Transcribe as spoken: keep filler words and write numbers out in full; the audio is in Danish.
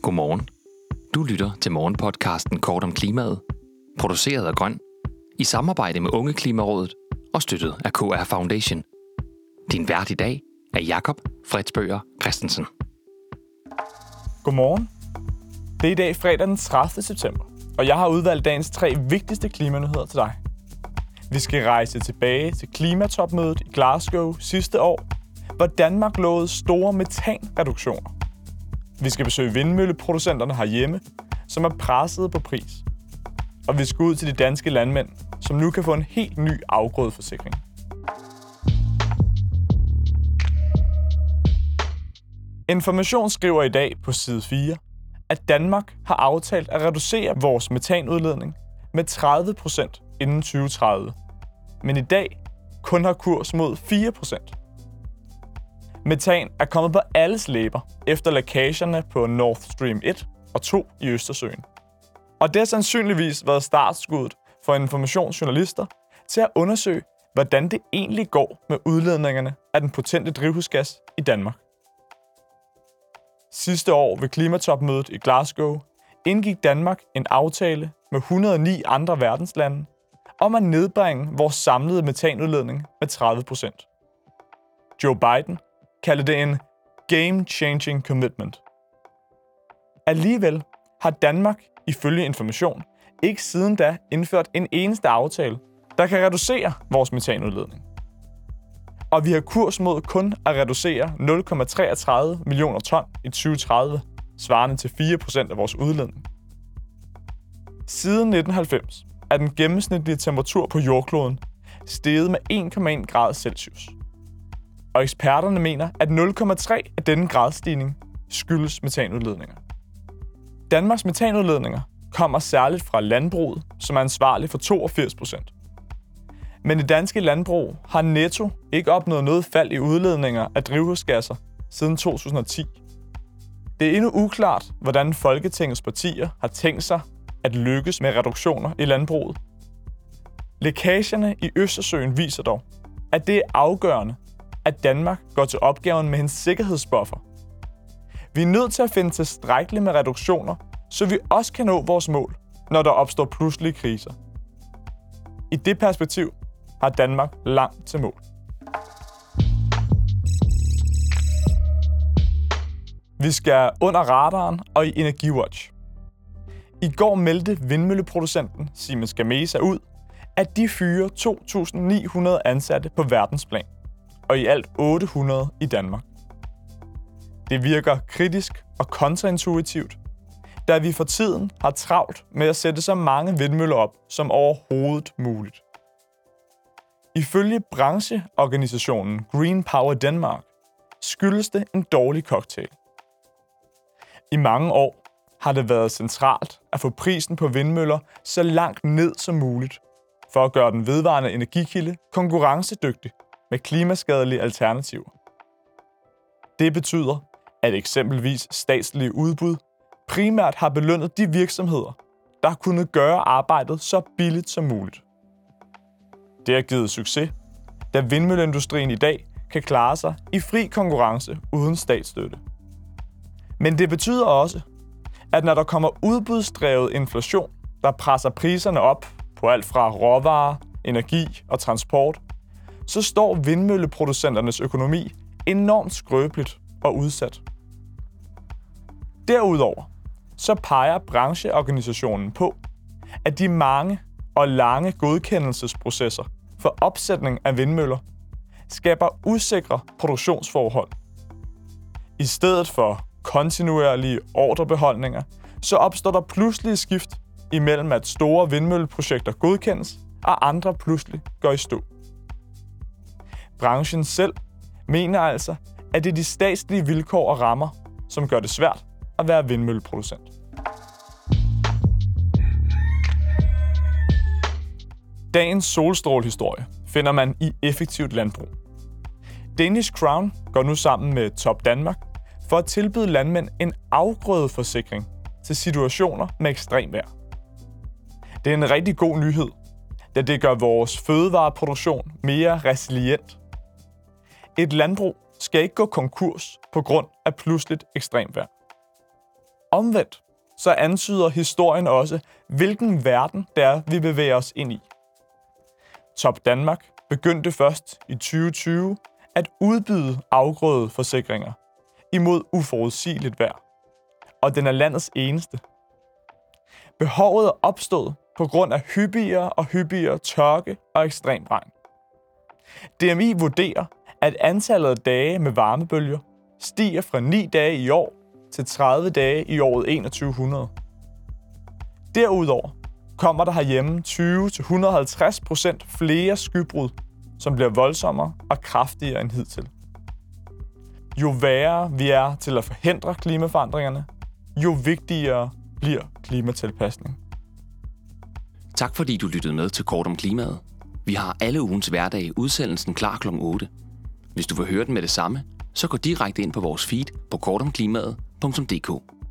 Godmorgen. Du lytter til morgenpodcasten Kort om klimaet, produceret af Grøn, i samarbejde med Unge Klimarådet og støttet af K R Foundation. Din vært i dag er Jakob Fredsbøger Christensen. Godmorgen. Det er i dag fredag den tredivte september, og jeg har udvalgt dagens tre vigtigste klimanyheder til dig. Vi skal rejse tilbage til klimatopmødet i Glasgow sidste år, hvor Danmark lovede store metanreduktioner. Vi skal besøge vindmølleproducenterne herhjemme, som er presset på pris. Og vi skal ud til de danske landmænd, som nu kan få en helt ny afgrødeforsikring. Information skriver i dag på side fire, at Danmark har aftalt at reducere vores metanudledning med tredive procent inden tyve tredive, men i dag kun har kurs mod fire procent. Metan er kommet på alles læber efter lækagerne på Nord Stream et og to i Østersøen. Og det har sandsynligvis været startskuddet for informationsjournalister til at undersøge, hvordan det egentlig går med udledningerne af den potente drivhusgas i Danmark. Sidste år ved klimatopmødet i Glasgow indgik Danmark en aftale med et hundrede og ni andre verdenslande om at nedbringe vores samlede metanudledning med tredive procent. Joe Biden kaldte det en game-changing commitment. Alligevel har Danmark, ifølge Information, ikke siden da indført en eneste aftale, der kan reducere vores metanudledning. Og vi har kurs mod kun at reducere nul komma treogtredive millioner ton i tyve tredive, svarende til fire procent af vores udledning. Siden nitten halvfems er den gennemsnitlige temperatur på jordkloden steget med en komma en grader Celsius. Og eksperterne mener, at nul komma tre af denne gradstigning skyldes metanudledninger. Danmarks metanudledninger kommer særligt fra landbruget, som er ansvarlig for toogfirs procent. Men det danske landbrug har netto ikke opnået noget fald i udledninger af drivhusgasser siden to tusind og ti. Det er endnu uklart, hvordan Folketingets partier har tænkt sig at lykkes med reduktioner i landbruget. Lækagerne i Østersøen viser dog, at det er afgørende, at Danmark går til opgaven med en sikkerhedsbuffer. Vi er nødt til at finde tilstrækkeligt med reduktioner, så vi også kan nå vores mål, når der opstår pludselige kriser. I det perspektiv har Danmark langt til mål. Vi skal under radaren og i EnergiWatch. I går meldte vindmølleproducenten Siemens Gamesa ud, at de fyrer to tusind ni hundrede ansatte på verdensplan, og i alt otte hundrede i Danmark. Det virker kritisk og kontraintuitivt, da vi for tiden har travlt med at sætte så mange vindmøller op som overhovedet muligt. Ifølge brancheorganisationen Green Power Denmark skyldes det en dårlig cocktail. I mange år har det været centralt at få prisen på vindmøller så langt ned som muligt, for at gøre den vedvarende energikilde konkurrencedygtig med klimaskadelige alternativer. Det betyder, at eksempelvis statslige udbud primært har belønnet de virksomheder, der har kunnet gøre arbejdet så billigt som muligt. Det har givet succes, da vindmølleindustrien i dag kan klare sig i fri konkurrence uden statsstøtte. Men det betyder også, at når der kommer udbudsdrevet inflation, der presser priserne op på alt fra råvarer, energi og transport, så står vindmølleproducenternes økonomi enormt skrøbeligt og udsat. Derudover så peger brancheorganisationen på, at de mange og lange godkendelsesprocesser for opsætning af vindmøller skaber usikre produktionsforhold. I stedet for kontinuerlige ordrebeholdninger, så opstår der pludselige skift imellem, at store vindmølleprojekter godkendes, og andre pludselig går i stå. Branchen selv mener altså, at det er de statslige vilkår og rammer, som gør det svært at være vindmølleproducent. Dagens solstrålehistorie finder man i Effektivt Landbrug. Danish Crown går nu sammen med Top Danmark for at tilbyde landmænd en afgrødeforsikring til situationer med ekstrem vejr. Det er en rigtig god nyhed, da det gør vores fødevareproduktion mere resilient. Et landbrug skal ikke gå konkurs på grund af pludseligt ekstremt vejr. Omvendt så antyder historien også, hvilken verden det er, vi bevæger os ind i. Top Danmark begyndte først i tyve tyve at udbyde afgrødeforsikringer imod uforudsigeligt vejr, og den er landets eneste. Behovet er opstået på grund af hyppigere og hyppigere tørke og ekstrem regn. D M I vurderer, at antallet af dage med varmebølger stiger fra ni dage i år til tredive dage i året enogtyve hundrede. Derudover kommer der herhjemme tyve til et hundrede og halvtreds procent flere skybrud, som bliver voldsommere og kraftigere end hidtil. Jo værre vi er til at forhindre klimaforandringerne, jo vigtigere bliver klimatilpasning. Tak fordi du lyttede med til Kort om klimaet. Vi har alle ugens hverdage udsendelsen klar klokken otte. Hvis du vil høre den med det samme, så gå direkte ind på vores feed på kortomklimaet punktum d k.